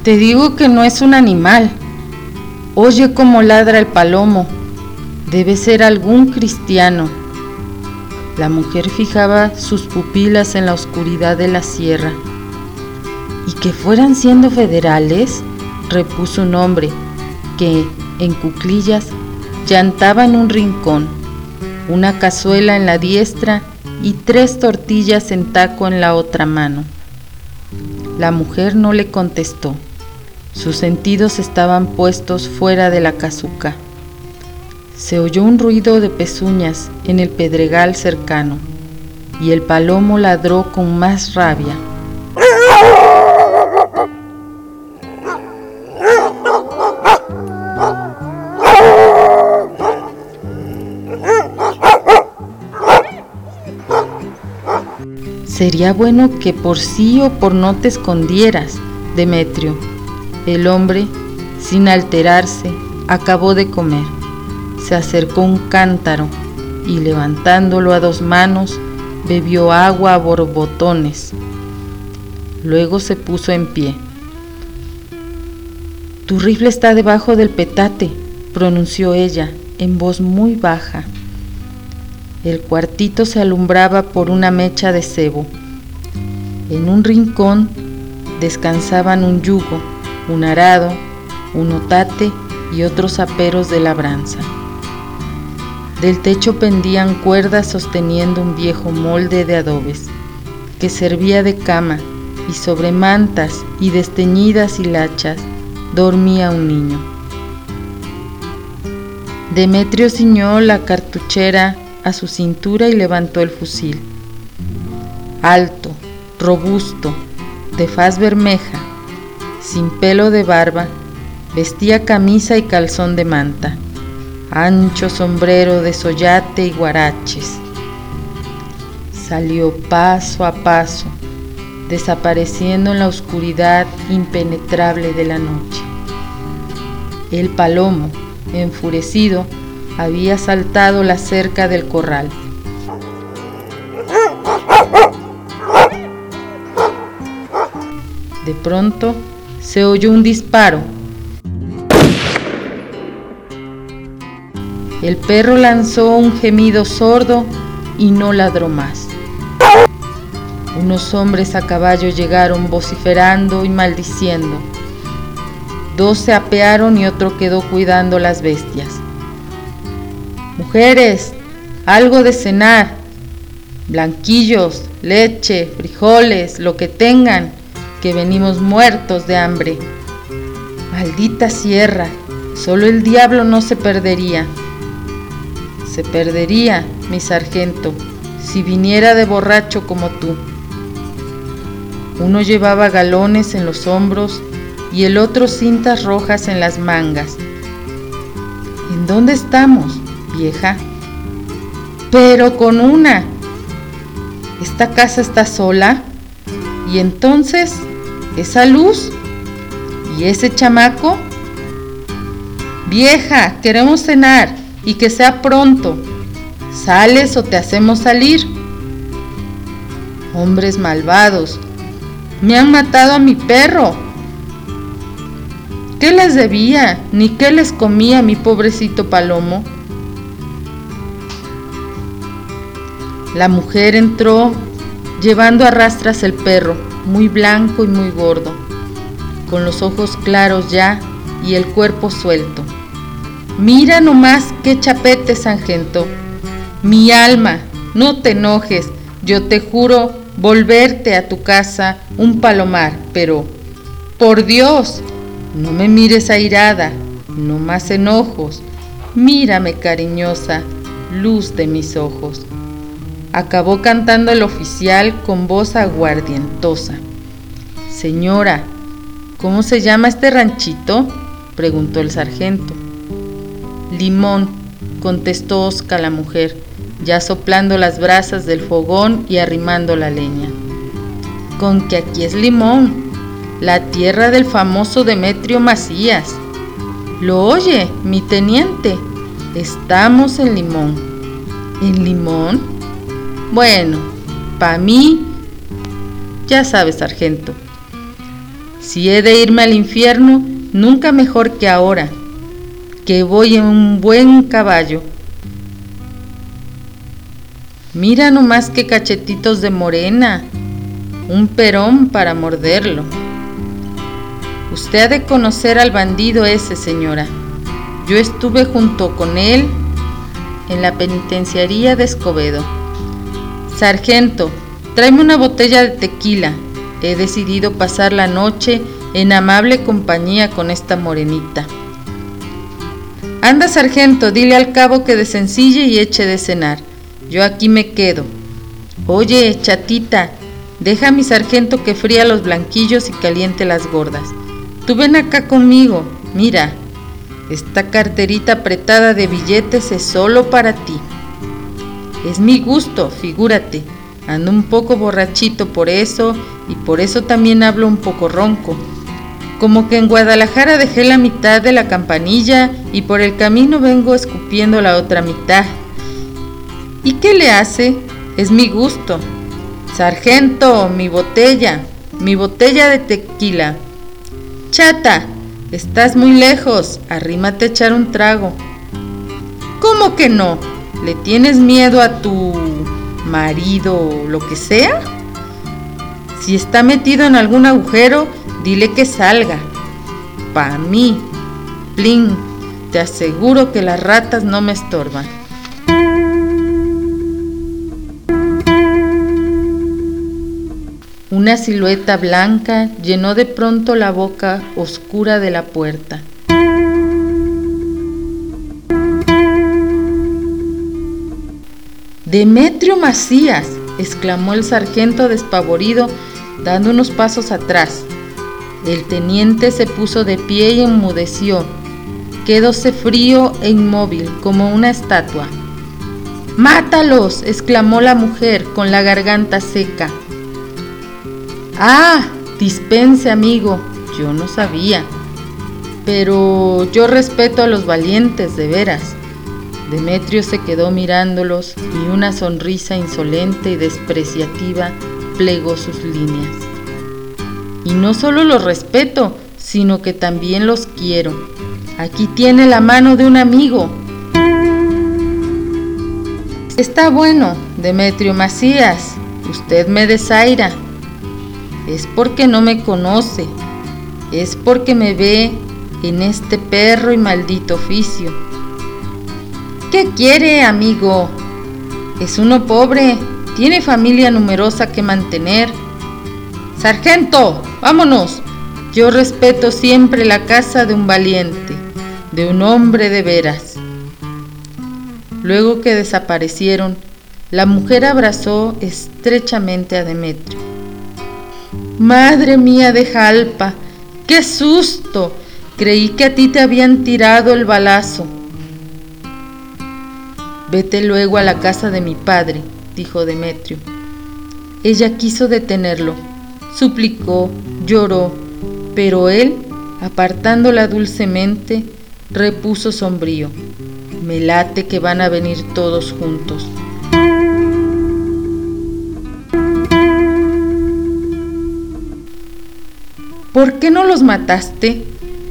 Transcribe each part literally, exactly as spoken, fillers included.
Te digo que no es un animal. Oye cómo ladra el palomo. Debe ser algún cristiano. La mujer fijaba sus pupilas en la oscuridad de la sierra. ¿Y que fueran siendo federales?, repuso un hombre que, en cuclillas, llantaba en un rincón, una cazuela en la diestra y tres tortillas en taco en la otra mano. La mujer no le contestó. Sus sentidos estaban puestos fuera de la casuca. Se oyó un ruido de pezuñas en el pedregal cercano, y el palomo ladró con más rabia. Sería bueno que por sí o por no te escondieras, Demetrio. El hombre, sin alterarse, acabó de comer. Se acercó un cántaro y, levantándolo a dos manos, bebió agua a borbotones. Luego se puso en pie. Tu rifle está debajo del petate, pronunció ella en voz muy baja. El cuartito se alumbraba por una mecha de cebo. En un rincón descansaban un yugo, un arado, un otate y otros aperos de labranza. Del techo pendían cuerdas sosteniendo un viejo molde de adobes, que servía de cama, y sobre mantas y desteñidas hilachas dormía un niño. Demetrio ciñó la cartuchera a su cintura y levantó el fusil. Alto, robusto, de faz bermeja, sin pelo de barba, vestía camisa y calzón de manta, ancho sombrero de soyate y guaraches. Salió paso a paso, desapareciendo en la oscuridad impenetrable de la noche. El palomo, enfurecido, había saltado la cerca del corral. De pronto se oyó un disparo. El perro lanzó un gemido sordo y no ladró más. Unos hombres a caballo llegaron vociferando y maldiciendo. Dos se apearon y otro quedó cuidando las bestias. Mujeres, algo de cenar, blanquillos, leche, frijoles, lo que tengan, que venimos muertos de hambre. Maldita sierra, solo el diablo no se perdería. Se perdería, mi sargento, si viniera de borracho como tú. Uno llevaba galones en los hombros y el otro cintas rojas en las mangas. ¿En dónde estamos, vieja? Pero con una. ¿Esta casa está sola? ¿Y entonces esa luz? ¿Y ese chamaco? Vieja, queremos cenar y que sea pronto. ¿Sales o te hacemos salir? Hombres malvados, me han matado a mi perro. ¿Qué les debía, ni qué les comía mi pobrecito palomo? La mujer entró llevando a rastras el perro, muy blanco y muy gordo, con los ojos claros ya y el cuerpo suelto. Mira nomás qué chapete, sargento. Mi alma, no te enojes, yo te juro volverte a tu casa un palomar, pero, por Dios, no me mires airada, no más enojos, mírame cariñosa, luz de mis ojos. Acabó cantando el oficial con voz aguardientosa. Señora, ¿cómo se llama este ranchito?, preguntó el sargento. Limón, contestó Oscar la mujer, ya soplando las brasas del fogón y arrimando la leña. Con que aquí es Limón, la tierra del famoso Demetrio Macías. ¿Lo oye, mi teniente? Estamos en Limón. ¿En Limón? Bueno, pa' mí, ya sabes, sargento. Si he de irme al infierno, nunca mejor que ahora, que voy en un buen caballo. Mira nomás qué cachetitos de morena, un perón para morderlo. Usted ha de conocer al bandido ese, señora. Yo estuve junto con él en la penitenciaría de Escobedo. Sargento, tráeme una botella de tequila. He decidido pasar la noche en amable compañía con esta morenita. Anda, sargento, dile al cabo que desencille y eche de cenar. Yo aquí me quedo. Oye, chatita, deja a mi sargento que fría los blanquillos y caliente las gordas. Tú ven acá conmigo, mira, esta carterita apretada de billetes es solo para ti. Es mi gusto, figúrate, ando un poco borrachito por eso y por eso también hablo un poco ronco. Como que en Guadalajara dejé la mitad de la campanilla y por el camino vengo escupiendo la otra mitad. ¿Y qué le hace? Es mi gusto. Sargento, mi botella, mi botella de tequila. Chata, estás muy lejos, arrímate a echar un trago. ¿Cómo que no? ¿Le tienes miedo a tu marido o lo que sea? Si está metido en algún agujero, dile que salga. Pa' mí, plin, te aseguro que las ratas no me estorban. Una silueta blanca llenó de pronto la boca oscura de la puerta. ¡Demetrio Macías!, exclamó el sargento despavorido, dando unos pasos atrás. El teniente se puso de pie y enmudeció. Quedóse frío e inmóvil, como una estatua. ¡Mátalos!, exclamó la mujer con la garganta seca. Ah, dispense, amigo, yo no sabía. Pero yo respeto a los valientes, de veras. Demetrio se quedó mirándolos y una sonrisa insolente y despreciativa plegó sus líneas. Y no solo los respeto, sino que también los quiero. Aquí tiene la mano de un amigo. Está bueno, Demetrio Macías, usted me desaira. Es porque no me conoce, es porque me ve en este perro y maldito oficio. ¿Qué quiere, amigo? Es uno pobre, tiene familia numerosa que mantener. Sargento, vámonos. Yo respeto siempre la casa de un valiente, de un hombre de veras. Luego que desaparecieron, la mujer abrazó estrechamente a Demetrio. Madre mía de Jalpa, qué susto, creí que a ti te habían tirado el balazo. Vete luego a la casa de mi padre, dijo Demetrio. Ella quiso detenerlo, suplicó, lloró, pero él, apartándola dulcemente, repuso sombrío. Me late que van a venir todos juntos. ¿Por qué no los mataste?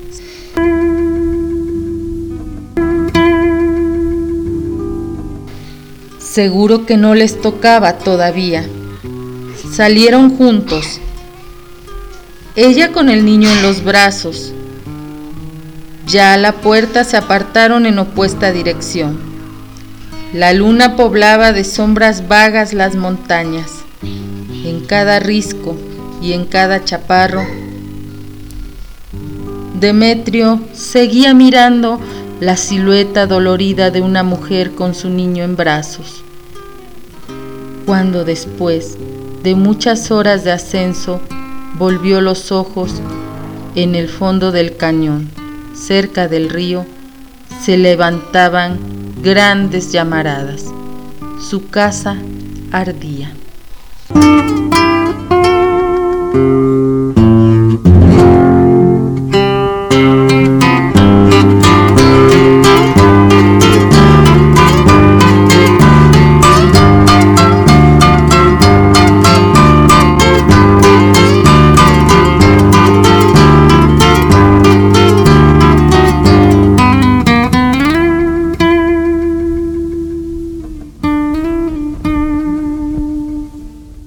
Seguro que no les tocaba todavía. Salieron juntos. Ella con el niño en los brazos. Ya a la puerta se apartaron en opuesta dirección. La luna poblaba de sombras vagas las montañas. En cada risco y en cada chaparro, Demetrio seguía mirando la silueta dolorida de una mujer con su niño en brazos. Cuando después de muchas horas de ascenso volvió los ojos, en el fondo del cañón, cerca del río, se levantaban grandes llamaradas. Su casa ardía.